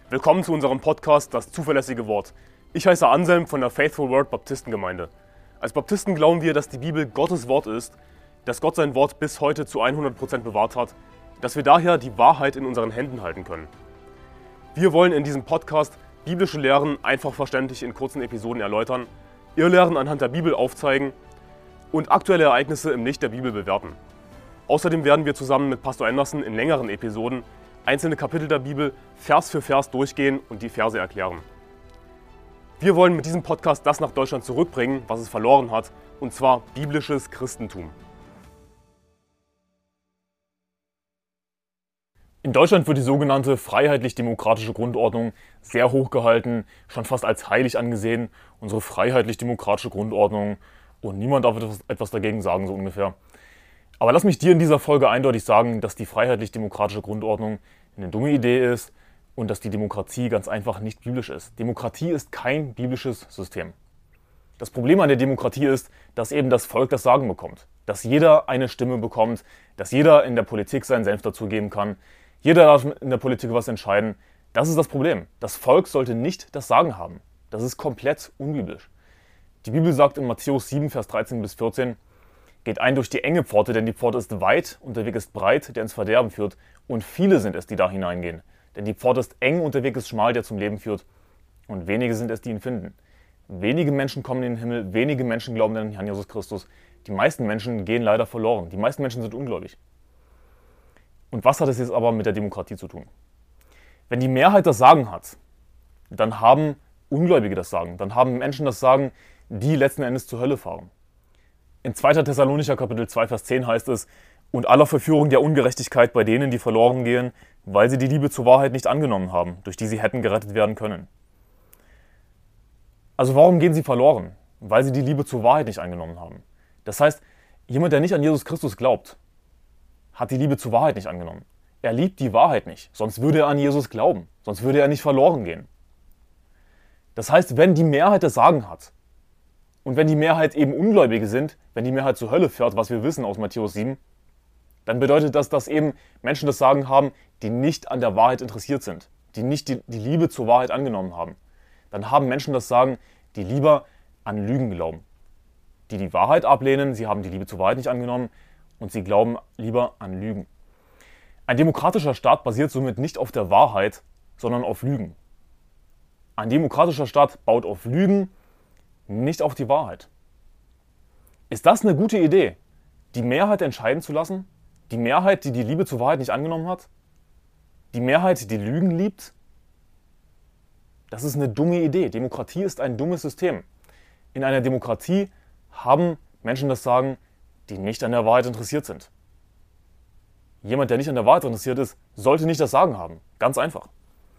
Willkommen zu unserem Podcast Das zuverlässige Wort. Ich heiße Anselm von der Faithful Word Baptistengemeinde. Als Baptisten glauben wir, dass die Bibel Gottes Wort ist, dass Gott sein Wort bis heute zu 100% bewahrt hat, dass wir daher die Wahrheit in unseren Händen halten können. Wir wollen in diesem Podcast biblische Lehren einfach verständlich in kurzen Episoden erläutern, Irrlehren anhand der Bibel aufzeigen und aktuelle Ereignisse im Licht der Bibel bewerten. Außerdem werden wir zusammen mit Pastor Anderson in längeren Episoden einzelne Kapitel der Bibel Vers für Vers durchgehen und die Verse erklären. Wir wollen mit diesem Podcast das nach Deutschland zurückbringen, was es verloren hat, und zwar biblisches Christentum. In Deutschland wird die sogenannte freiheitlich-demokratische Grundordnung sehr hoch gehalten, schon fast als heilig angesehen. Unsere freiheitlich-demokratische Grundordnung und niemand darf etwas dagegen sagen, so ungefähr. Aber lass mich dir in dieser Folge eindeutig sagen, dass die freiheitlich-demokratische Grundordnung eine dumme Idee ist und dass die Demokratie ganz einfach nicht biblisch ist. Demokratie ist kein biblisches System. Das Problem an der Demokratie ist, dass eben das Volk das Sagen bekommt. Dass jeder eine Stimme bekommt, dass jeder in der Politik seinen Senf dazugeben kann. Jeder darf in der Politik was entscheiden. Das ist das Problem. Das Volk sollte nicht das Sagen haben. Das ist komplett unbiblisch. Die Bibel sagt in Matthäus 7, Vers 13 bis 14, geht ein durch die enge Pforte, denn die Pforte ist weit und der Weg ist breit, der ins Verderben führt. Und viele sind es, die da hineingehen. Denn die Pforte ist eng und der Weg ist schmal, der zum Leben führt. Und wenige sind es, die ihn finden. Wenige Menschen kommen in den Himmel, wenige Menschen glauben an Herrn Jesus Christus. Die meisten Menschen gehen leider verloren. Die meisten Menschen sind ungläubig. Und was hat es jetzt aber mit der Demokratie zu tun? Wenn die Mehrheit das Sagen hat, dann haben Ungläubige das Sagen. Dann haben Menschen das Sagen, die letzten Endes zur Hölle fahren. In 2. Thessalonicher Kapitel 2, Vers 10 heißt es, und aller Verführung der Ungerechtigkeit bei denen, die verloren gehen, weil sie die Liebe zur Wahrheit nicht angenommen haben, durch die sie hätten gerettet werden können. Also warum gehen sie verloren? Weil sie die Liebe zur Wahrheit nicht angenommen haben. Das heißt, jemand, der nicht an Jesus Christus glaubt, hat die Liebe zur Wahrheit nicht angenommen. Er liebt die Wahrheit nicht, sonst würde er an Jesus glauben, sonst würde er nicht verloren gehen. Das heißt, wenn die Mehrheit das Sagen hat, und wenn die Mehrheit eben Ungläubige sind, wenn die Mehrheit zur Hölle fährt, was wir wissen aus Matthäus 7, dann bedeutet das, dass eben Menschen das Sagen haben, die nicht an der Wahrheit interessiert sind, die nicht die Liebe zur Wahrheit angenommen haben. Dann haben Menschen das Sagen, die lieber an Lügen glauben. Die Wahrheit ablehnen, sie haben die Liebe zur Wahrheit nicht angenommen und sie glauben lieber an Lügen. Ein demokratischer Staat basiert somit nicht auf der Wahrheit, sondern auf Lügen. Ein demokratischer Staat baut auf Lügen, nicht auf die Wahrheit. Ist das eine gute Idee, die Mehrheit entscheiden zu lassen? Die Mehrheit, die die Liebe zur Wahrheit nicht angenommen hat? Die Mehrheit, die Lügen liebt? Das ist eine dumme Idee. Demokratie ist ein dummes System. In einer Demokratie haben Menschen das Sagen, die nicht an der Wahrheit interessiert sind. Jemand, der nicht an der Wahrheit interessiert ist, sollte nicht das Sagen haben. Ganz einfach.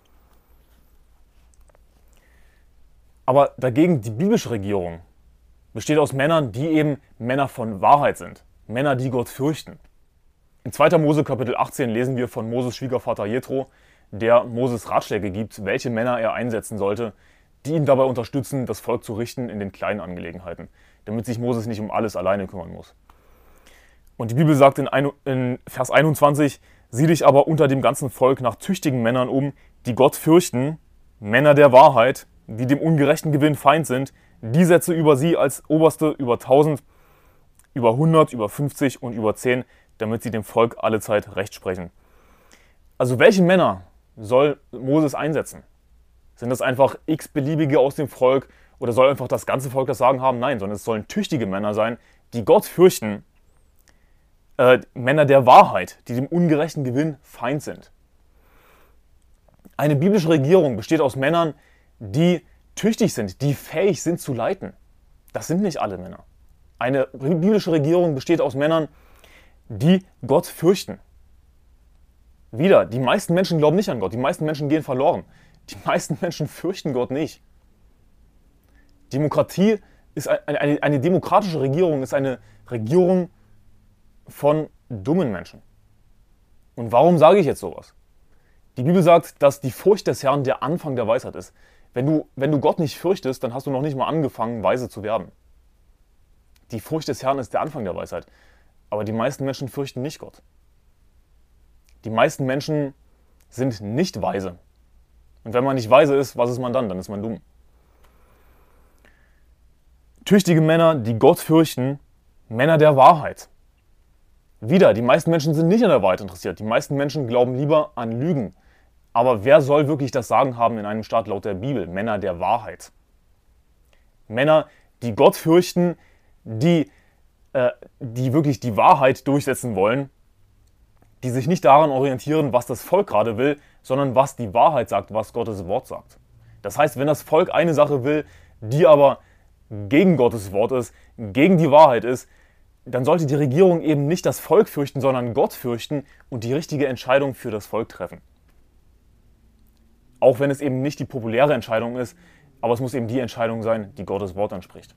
Aber dagegen die biblische Regierung besteht aus Männern, die eben Männer von Wahrheit sind. Männer, die Gott fürchten. In 2. Mose Kapitel 18 lesen wir von Moses Schwiegervater Jethro, der Moses Ratschläge gibt, welche Männer er einsetzen sollte, die ihn dabei unterstützen, das Volk zu richten in den kleinen Angelegenheiten, damit sich Moses nicht um alles alleine kümmern muss. Und die Bibel sagt in Vers 21, sieh dich aber unter dem ganzen Volk nach tüchtigen Männern um, die Gott fürchten, Männer der Wahrheit, die dem ungerechten Gewinn Feind sind, die setze über sie als Oberste über 1000, über 100, über 50 und über 10, damit sie dem Volk allezeit Recht sprechen. Also welche Männer soll Moses einsetzen? Sind das einfach x-beliebige aus dem Volk oder soll einfach das ganze Volk das Sagen haben? Nein, sondern es sollen tüchtige Männer sein, die Gott fürchten, Männer der Wahrheit, die dem ungerechten Gewinn Feind sind. Eine biblische Regierung besteht aus Männern, die tüchtig sind, die fähig sind zu leiten. Das sind nicht alle Männer. Eine biblische Regierung besteht aus Männern, die Gott fürchten. Wieder, die meisten Menschen glauben nicht an Gott, die meisten Menschen gehen verloren. Die meisten Menschen fürchten Gott nicht. Demokratie ist eine demokratische Regierung, ist eine Regierung von dummen Menschen. Und warum sage ich jetzt sowas? Die Bibel sagt, dass die Furcht des Herrn der Anfang der Weisheit ist. Wenn du Gott nicht fürchtest, dann hast du noch nicht mal angefangen, weise zu werden. Die Furcht des Herrn ist der Anfang der Weisheit. Aber die meisten Menschen fürchten nicht Gott. Die meisten Menschen sind nicht weise. Und wenn man nicht weise ist, was ist man dann? Dann ist man dumm. Tüchtige Männer, die Gott fürchten, Männer der Wahrheit. Wieder, die meisten Menschen sind nicht an der Wahrheit interessiert. Die meisten Menschen glauben lieber an Lügen. Aber wer soll wirklich das Sagen haben in einem Staat laut der Bibel? Männer der Wahrheit. Männer, die Gott fürchten, die wirklich die Wahrheit durchsetzen wollen, die sich nicht daran orientieren, was das Volk gerade will, sondern was die Wahrheit sagt, was Gottes Wort sagt. Das heißt, wenn das Volk eine Sache will, die aber gegen Gottes Wort ist, gegen die Wahrheit ist, dann sollte die Regierung eben nicht das Volk fürchten, sondern Gott fürchten und die richtige Entscheidung für das Volk treffen. Auch wenn es eben nicht die populäre Entscheidung ist, aber es muss eben die Entscheidung sein, die Gottes Wort entspricht.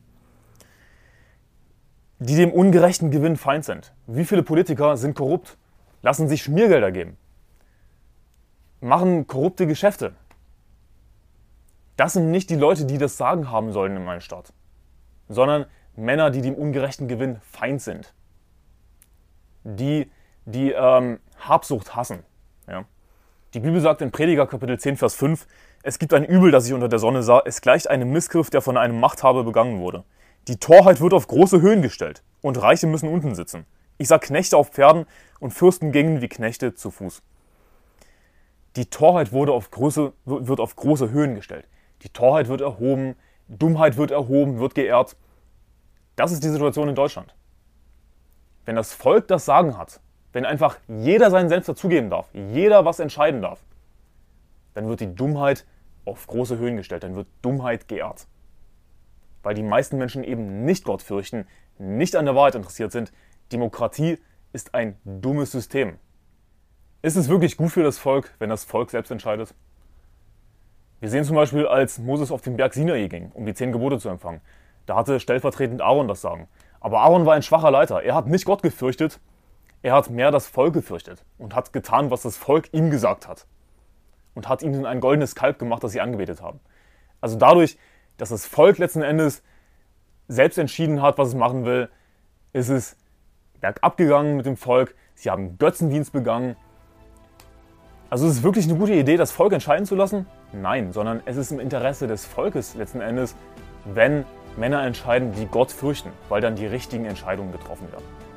Die dem ungerechten Gewinn feind sind. Wie viele Politiker sind korrupt, lassen sich Schmiergelder geben, machen korrupte Geschäfte. Das sind nicht die Leute, die das Sagen haben sollen in meinem Staat, sondern Männer, die dem ungerechten Gewinn feind sind, die Habsucht hassen. Ja. Die Bibel sagt in Prediger Kapitel 10, Vers 5, es gibt ein Übel, das ich unter der Sonne sah, es gleicht einem Missgriff, der von einem Machthaber begangen wurde. Die Torheit wird auf große Höhen gestellt und Reiche müssen unten sitzen. Ich sah Knechte auf Pferden und Fürsten gingen wie Knechte zu Fuß. Die Torheit wird auf große Höhen gestellt. Die Torheit wird erhoben, Dummheit wird erhoben, wird geehrt. Das ist die Situation in Deutschland. Wenn das Volk das Sagen hat, wenn einfach jeder seinen Senf dazugeben darf, jeder was entscheiden darf, dann wird die Dummheit auf große Höhen gestellt, dann wird Dummheit geehrt. Weil die meisten Menschen eben nicht Gott fürchten, nicht an der Wahrheit interessiert sind. Demokratie ist ein dummes System. Ist es wirklich gut für das Volk, wenn das Volk selbst entscheidet? Wir sehen zum Beispiel, als Moses auf den Berg Sinai ging, um die 10 Gebote zu empfangen. Da hatte stellvertretend Aaron das Sagen. Aber Aaron war ein schwacher Leiter. Er hat nicht Gott gefürchtet, er hat mehr das Volk gefürchtet und hat getan, was das Volk ihm gesagt hat. Und hat ihnen ein goldenes Kalb gemacht, das sie angebetet haben. Also dadurch, dass das Volk letzten Endes selbst entschieden hat, was es machen will, ist es bergab gegangen mit dem Volk. Sie haben Götzendienst begangen. Also ist es wirklich eine gute Idee, das Volk entscheiden zu lassen? Nein, sondern es ist im Interesse des Volkes letzten Endes, wenn Männer entscheiden, die Gott fürchten, weil dann die richtigen Entscheidungen getroffen werden.